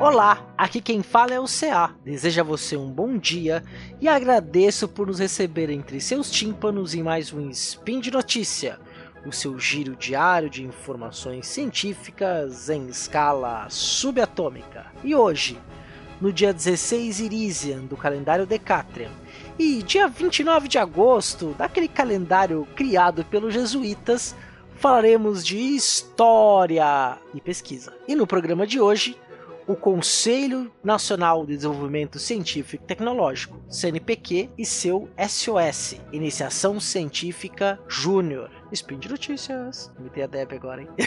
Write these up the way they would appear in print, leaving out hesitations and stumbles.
Olá, aqui quem fala é o CA. Desejo a você um bom dia e agradeço por nos receber entre seus tímpanos em mais um Spin de Notícia, o seu giro diário de informações científicas em escala subatômica. E hoje, no dia 16 Irisian do calendário Decatrian e dia 29 de agosto daquele calendário criado pelos jesuítas, falaremos de história e pesquisa. E no programa de hoje, o Conselho Nacional de Desenvolvimento Científico e Tecnológico, CNPq, e seu SOS, Iniciação Científica Júnior. Spin de Notícias. Imitei a Deb agora, hein?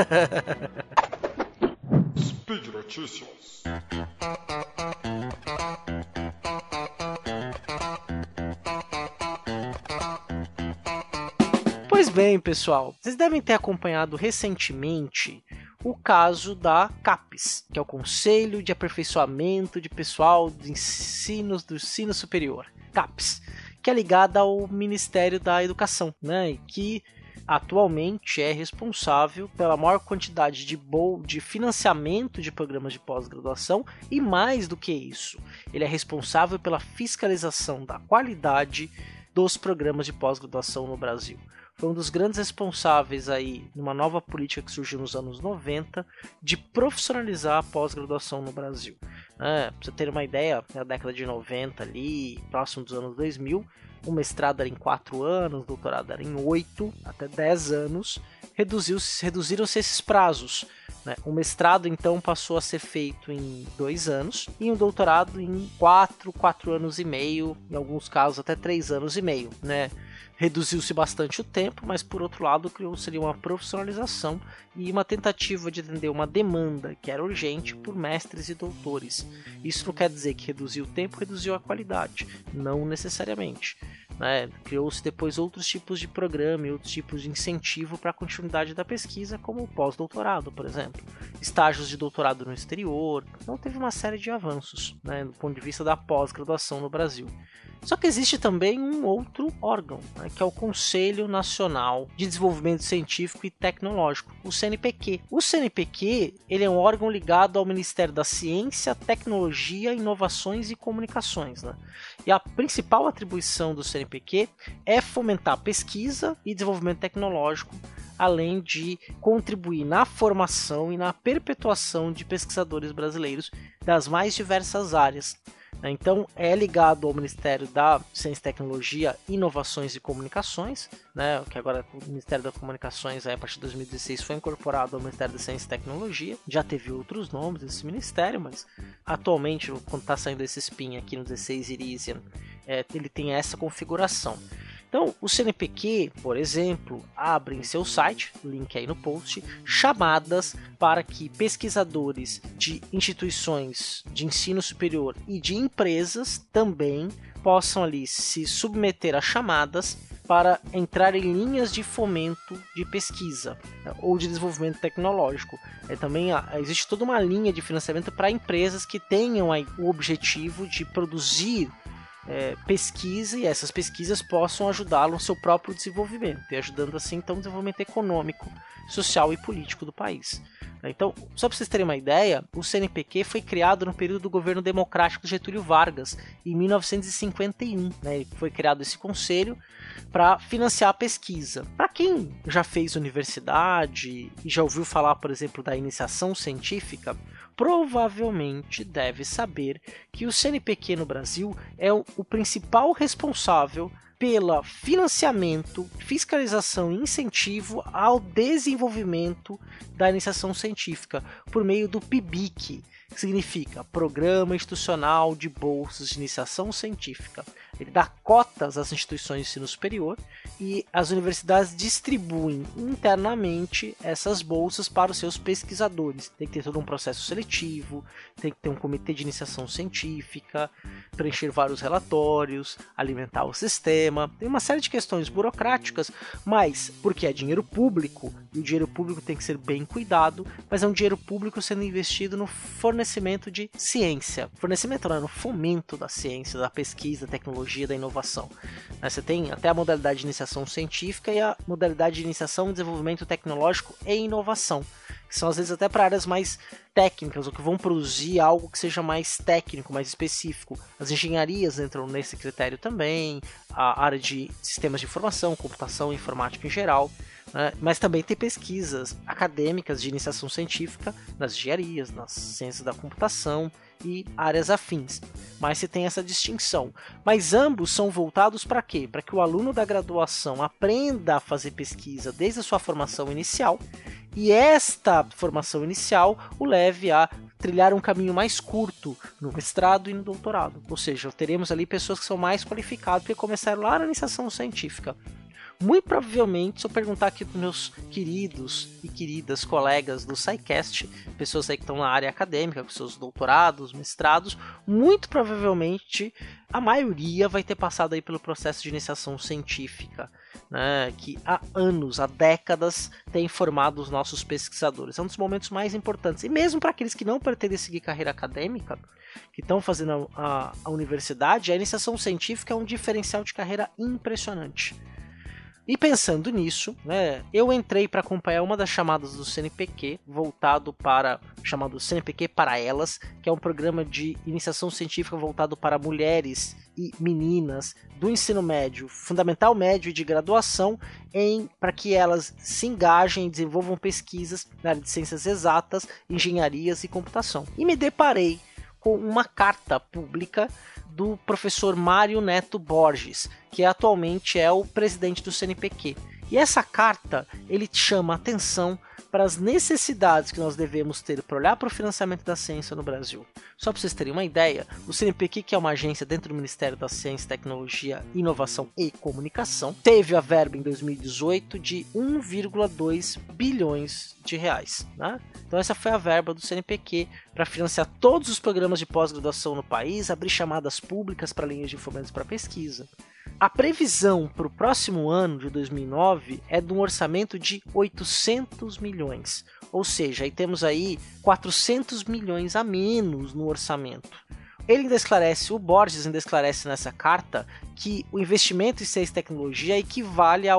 Speed Notícias. Pois bem, pessoal, vocês devem ter acompanhado recentemente o caso da CAPES, que é o Conselho de Aperfeiçoamento de Pessoal do Ensino Superior, CAPES, que é ligada ao Ministério da Educação, né, e que atualmente é responsável pela maior quantidade de financiamento de programas de pós-graduação e, mais do que isso, ele é responsável pela fiscalização da qualidade dos programas de pós-graduação no Brasil. Foi um dos grandes responsáveis aí numa nova política que surgiu nos anos 90 de profissionalizar a pós-graduação no Brasil. Pra você ter uma ideia, na década de 90 ali, próximo dos anos 2000, o mestrado era em 4 anos, o doutorado era em 8 até 10 anos, reduziram-se esses prazos. O mestrado então passou a ser feito em 2 anos e o doutorado em 4 anos e meio, em alguns casos até 3 anos e meio, né? Reduziu-se bastante o tempo, mas por outro lado criou-se uma profissionalização e uma tentativa de atender uma demanda que era urgente por mestres e doutores. Isso não quer dizer que reduziu o tempo, reduziu a qualidade, não necessariamente. Criou-se depois outros tipos de programa e outros tipos de incentivo para a continuidade da pesquisa, como o pós-doutorado, por exemplo. Estágios de doutorado no exterior, então teve uma série de avanços, do ponto de vista da pós-graduação no Brasil. Só que existe também um outro órgão, que é o Conselho Nacional de Desenvolvimento Científico e Tecnológico, o CNPq. O CNPq ele é um órgão ligado ao Ministério da Ciência, Tecnologia, Inovações e Comunicações. E a principal atribuição do CNPq é fomentar pesquisa e desenvolvimento tecnológico, além de contribuir na formação e na perpetuação de pesquisadores brasileiros das mais diversas áreas. Então, é ligado ao Ministério da Ciência, Tecnologia, Inovações e Comunicações, que agora o Ministério das Comunicações, a partir de 2016, foi incorporado ao Ministério da Ciência e Tecnologia. Já teve outros nomes desse ministério, mas atualmente, quando está saindo esse spin aqui no 16 Irisian, ele tem essa configuração. Então, o CNPq, por exemplo, abre em seu site, link aí no post, chamadas para que pesquisadores de instituições de ensino superior e de empresas também possam ali se submeter a chamadas para entrar em linhas de fomento de pesquisa ou de desenvolvimento tecnológico. Também existe toda uma linha de financiamento para empresas que tenham aí o objetivo de produzir pesquisa, e essas pesquisas possam ajudá-lo no seu próprio desenvolvimento, e ajudando assim então o desenvolvimento econômico, social e político do país. Então, só para vocês terem uma ideia, o CNPq foi criado no período do governo democrático de Getúlio Vargas, em 1951. Foi criado esse conselho para financiar a pesquisa. Para quem já fez universidade e já ouviu falar, por exemplo, da iniciação científica, provavelmente deve saber que o CNPq no Brasil é o principal responsável pelo financiamento, fiscalização e incentivo ao desenvolvimento da iniciação científica por meio do PIBIC, que significa Programa Institucional de Bolsas de Iniciação Científica. Ele dá cotas às instituições de ensino superior e as universidades distribuem internamente essas bolsas para os seus pesquisadores. Tem que ter todo um processo seletivo, tem que ter um comitê de iniciação científica, preencher vários relatórios, alimentar o sistema. Tem uma série de questões burocráticas, mas porque é dinheiro público, e o dinheiro público tem que ser bem cuidado, mas é um dinheiro público sendo investido no fornecimento de ciência. Fornecimento não, no fomento da ciência, da pesquisa, da tecnologia, da inovação. Você tem até a modalidade de iniciação científica e a modalidade de iniciação, desenvolvimento tecnológico e inovação. que são às vezes até para áreas mais técnicas, ou que vão produzir algo que seja mais técnico, mais específico. As engenharias entram nesse critério também, a área de sistemas de informação, computação, informática em geral, né? Mas também tem pesquisas acadêmicas de iniciação científica nas engenharias, nas ciências da computação e áreas afins. Mas se tem essa distinção. Mas ambos são voltados para quê? Para que o aluno da graduação aprenda a fazer pesquisa desde a sua formação inicial, e esta formação inicial o leve a trilhar um caminho mais curto no mestrado e no doutorado. Ou seja, teremos ali pessoas que são mais qualificadas porque começaram lá na iniciação científica. Muito provavelmente, se eu perguntar aqui para meus queridos e queridas colegas do SciCast, pessoas aí que estão na área acadêmica, com seus doutorados, mestrados, muito provavelmente a maioria vai ter passado aí pelo processo de iniciação científica, né, que há anos, há décadas, tem formado os nossos pesquisadores. É um dos momentos mais importantes. E mesmo para aqueles que não pretendem seguir carreira acadêmica, que estão fazendo a universidade, a iniciação científica é um diferencial de carreira impressionante. E pensando nisso, né, eu entrei para acompanhar uma das chamadas do CNPq, chamado CNPq para Elas, que é um programa de iniciação científica voltado para mulheres e meninas do ensino médio, fundamental médio e de graduação, para que elas se engajem e desenvolvam pesquisas na área de ciências exatas, engenharias e computação. E me deparei com uma carta pública do professor Mário Neto Borges, que atualmente é o presidente do CNPq. E essa carta, ele chama a atenção para as necessidades que nós devemos ter para olhar para o financiamento da ciência no Brasil. Só para vocês terem uma ideia, o CNPq, que é uma agência dentro do Ministério da Ciência, Tecnologia, Inovação e Comunicação, teve a verba em 2018 de 1,2 bilhões de reais, né? Então essa foi a verba do CNPq para financiar todos os programas de pós-graduação no país, abrir chamadas públicas para linhas de fomento para pesquisa. A previsão para o próximo ano, de 2009, é de um orçamento de 800 milhões. Ou seja, aí temos aí 400 milhões a menos no orçamento. O Borges ainda esclarece nessa carta que o investimento em ciência e tecnologia equivale a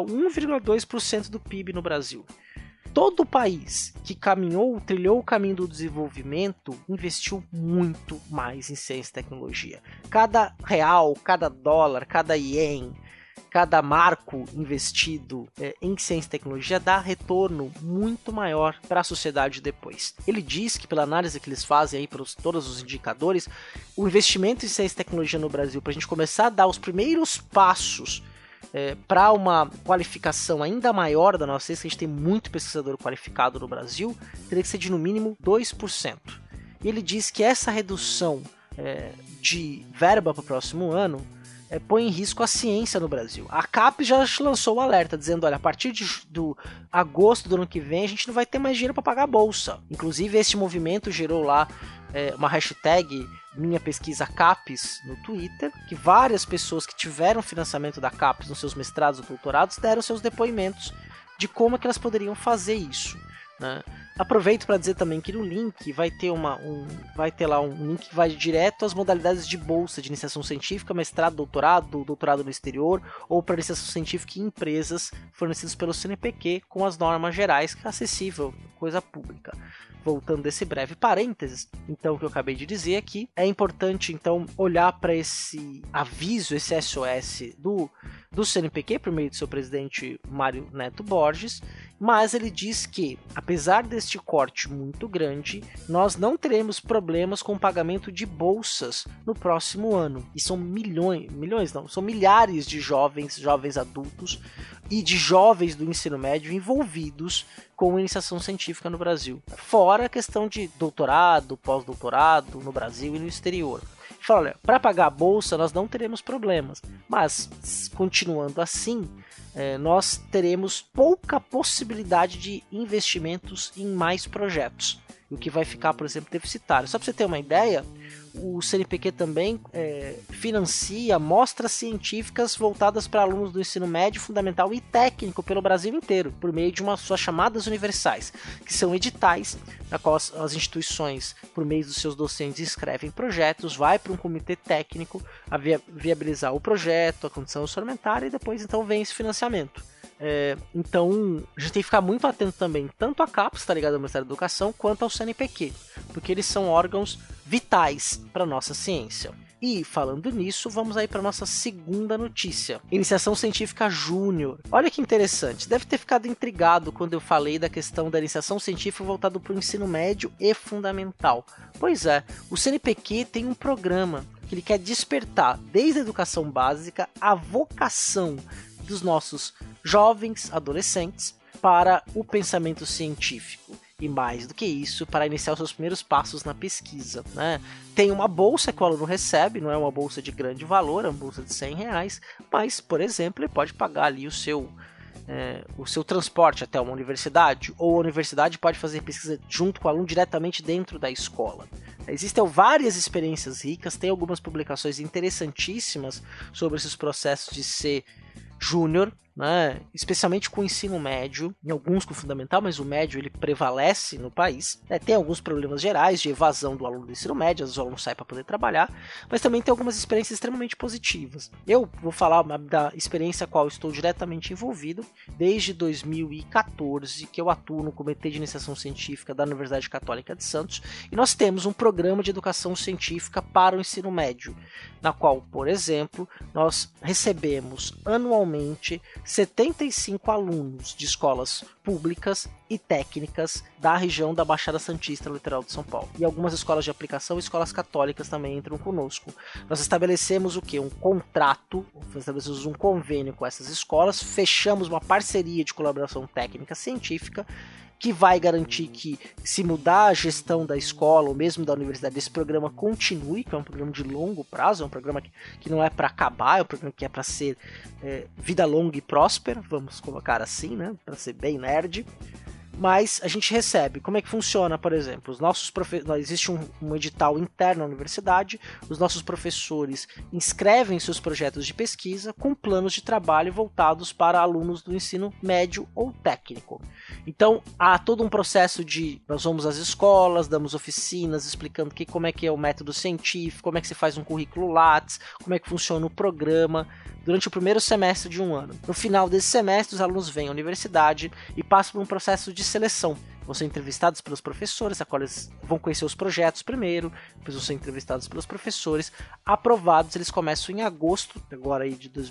1,2% do PIB no Brasil. Todo o país que trilhou o caminho do desenvolvimento, investiu muito mais em ciência e tecnologia. Cada real, cada dólar, cada ien, cada marco investido em ciência e tecnologia dá retorno muito maior para a sociedade depois. Ele diz que, pela análise que eles fazem aí para todos os indicadores, o investimento em ciência e tecnologia no Brasil, para a gente começar a dar os primeiros passos para uma qualificação ainda maior da nossa ciência, a gente tem muito pesquisador qualificado no Brasil, teria que ser de no mínimo 2%. E ele diz que essa redução de verba para o próximo ano põe em risco a ciência no Brasil. A CAPES já lançou o alerta, dizendo, olha, a partir de agosto do ano que vem, a gente não vai ter mais dinheiro para pagar a bolsa. Inclusive, esse movimento gerou lá uma hashtag Minha Pesquisa CAPES no Twitter, que várias pessoas que tiveram financiamento da CAPES nos seus mestrados ou doutorados deram seus depoimentos de como é que elas poderiam fazer isso, né? Aproveito para dizer também que no link vai ter lá um link que vai direto às modalidades de bolsa de iniciação científica, mestrado, doutorado no exterior, ou para iniciação científica em empresas fornecidas pelo CNPq com as normas gerais, que é acessível, coisa pública. Voltando desse breve parênteses, então, que eu acabei de dizer aqui, é importante então olhar para esse aviso, esse SOS do CNPq, por meio do seu presidente Mário Neto Borges, mas ele diz que, apesar deste corte muito grande, nós não teremos problemas com o pagamento de bolsas no próximo ano. E são são milhares de jovens adultos e de jovens do ensino médio envolvidos com a iniciação científica no Brasil. Fora a questão de doutorado, pós-doutorado no Brasil e no exterior. Fala, olha, para pagar a bolsa nós não teremos problemas, mas continuando assim, nós teremos pouca possibilidade de investimentos em mais projetos, o que vai ficar, por exemplo, deficitário. Só para você ter uma ideia, o CNPq também financia mostras científicas voltadas para alunos do ensino médio, fundamental e técnico pelo Brasil inteiro, por meio de suas chamadas universais, que são editais, na qual as instituições, por meio dos seus docentes, escrevem projetos, vai para um comitê técnico a viabilizar o projeto, a condição orçamentária, e depois então vem esse financiamento. Então, a gente tem que ficar muito atento também, tanto à CAPES, tá ligado ao Ministério da Educação, quanto ao CNPq, porque eles são órgãos vitais para nossa ciência. E, falando nisso, vamos aí para nossa segunda notícia. Iniciação Científica Júnior. Olha que interessante, deve ter ficado intrigado quando eu falei da questão da iniciação científica voltado para o ensino médio e fundamental. Pois é, o CNPq tem um programa que ele quer despertar, desde a educação básica, a vocação dos nossos jovens adolescentes para o pensamento científico. E mais do que isso, para iniciar os seus primeiros passos na pesquisa, né? Tem uma bolsa que o aluno recebe, não é uma bolsa de grande valor, é uma bolsa de R$100, mas, por exemplo, ele pode pagar ali o seu transporte até uma universidade, ou a universidade pode fazer pesquisa junto com o aluno diretamente dentro da escola. Existem várias experiências ricas, tem algumas publicações interessantíssimas sobre esses processos de ser júnior, né? Especialmente com o ensino médio, em alguns com o fundamental, mas o médio ele prevalece no país. Tem alguns problemas gerais de evasão do aluno do ensino médio, às vezes o aluno sai para poder trabalhar, mas também tem algumas experiências extremamente positivas. Eu vou falar da experiência a qual estou diretamente envolvido desde 2014, que eu atuo no Comitê de Iniciação Científica da Universidade Católica de Santos, e nós temos um programa de educação científica para o ensino médio, na qual, por exemplo, nós recebemos anualmente 75 alunos de escolas públicas e técnicas da região da Baixada Santista, no litoral de São Paulo. E algumas escolas de aplicação e escolas católicas também entram conosco. Nós estabelecemos o quê? Um contrato, estabelecemos um convênio com essas escolas, fechamos uma parceria de colaboração técnica científica que vai garantir que, se mudar a gestão da escola ou mesmo da universidade, esse programa continue, que é um programa de longo prazo, é um programa que não é para acabar, é um programa que é para ser vida longa e próspera, vamos colocar assim, né, para ser bem nerd. Mas a gente recebe, como é que funciona, por exemplo, os nossos existe um edital interno na universidade, os nossos professores inscrevem seus projetos de pesquisa com planos de trabalho voltados para alunos do ensino médio ou técnico. Então, há todo um processo nós vamos às escolas, damos oficinas explicando como é que é o método científico, como é que se faz um currículo Lattes, como é que funciona o programa, durante o primeiro semestre de um ano. No final desse semestre, os alunos vêm à universidade e passam por um processo de seleção. Vão ser entrevistados pelos professores, a qual eles vão conhecer os projetos primeiro, depois vão ser entrevistados pelos professores, aprovados, eles começam em agosto, agora aí de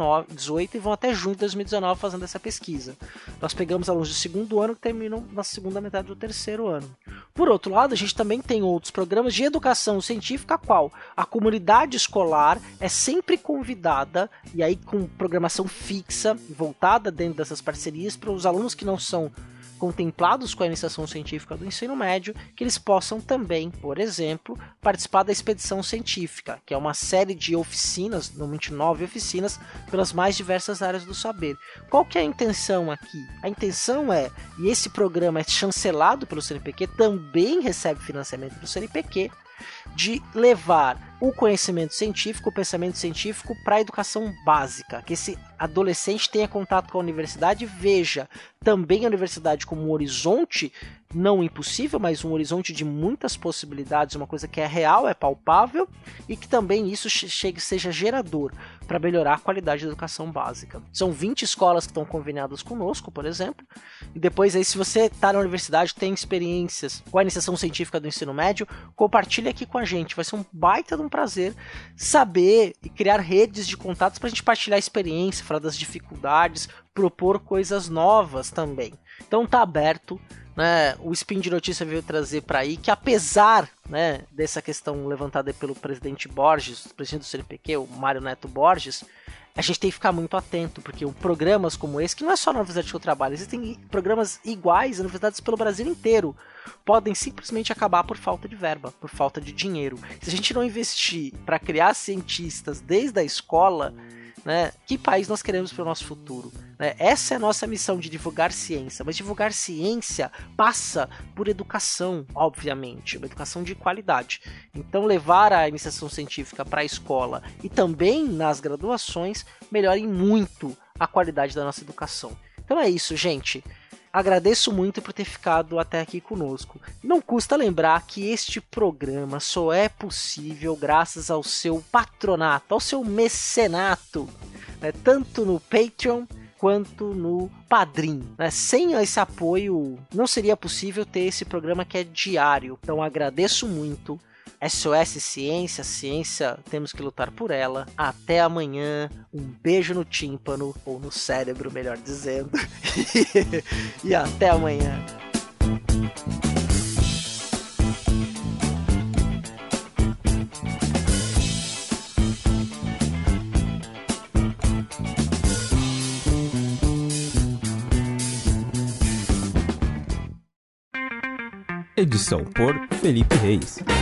2018, e vão até junho de 2019 fazendo essa pesquisa. Nós pegamos alunos do segundo ano que terminam na segunda metade do terceiro ano. Por outro lado, a gente também tem outros programas de educação científica, a qual a comunidade escolar é sempre convidada, e aí com programação fixa, voltada dentro dessas parcerias, para os alunos que não são contemplados com a iniciação científica do ensino médio, que eles possam também, por exemplo, participar da expedição científica, que é uma série de oficinas, normalmente 9 oficinas, pelas mais diversas áreas do saber. Qual que é a intenção aqui? A intenção e esse programa é chancelado pelo CNPq, também recebe financiamento do CNPq, de levar o conhecimento científico, o pensamento científico para a educação básica, que esse adolescente tenha contato com a universidade e veja também a universidade como um horizonte não impossível, mas um horizonte de muitas possibilidades, uma coisa que é real, é palpável, e que também isso seja gerador para melhorar a qualidade da educação básica. São 20 escolas que estão conveniadas conosco, por exemplo, e depois aí, se você está na universidade, tem experiências com a iniciação científica do ensino médio, compartilhe aqui com a gente, vai ser um baita de um prazer saber e criar redes de contatos para a gente partilhar experiência, falar das dificuldades, propor coisas novas também. Então tá aberto, né? O Spin de Notícia veio trazer para aí que, apesar, né, dessa questão levantada pelo presidente Borges, presidente do CNPq, o Mário Neto Borges, a gente tem que ficar muito atento, porque programas como esse, que não é só na universidade que eu trabalho, existem programas iguais em universidades pelo Brasil inteiro, podem simplesmente acabar por falta de verba, por falta de dinheiro. Se a gente não investir para criar cientistas desde a escola, né, que país nós queremos para o nosso futuro? Né? Essa é a nossa missão, de divulgar ciência, mas divulgar ciência passa por educação, obviamente, uma educação de qualidade. Então levar a iniciação científica para a escola e também nas graduações melhorem muito a qualidade da nossa educação. Então é isso, gente. Agradeço muito por ter ficado até aqui conosco. Não custa lembrar que este programa só é possível graças ao seu patronato, ao seu mecenato, né? Tanto no Patreon quanto no Padrim, né? Sem esse apoio, não seria possível ter esse programa que é diário. Então agradeço muito. SOS Ciência, ciência, temos que lutar por ela. Até amanhã, um beijo no tímpano, ou no cérebro, melhor dizendo. E até amanhã. Edição por Felipe Reis.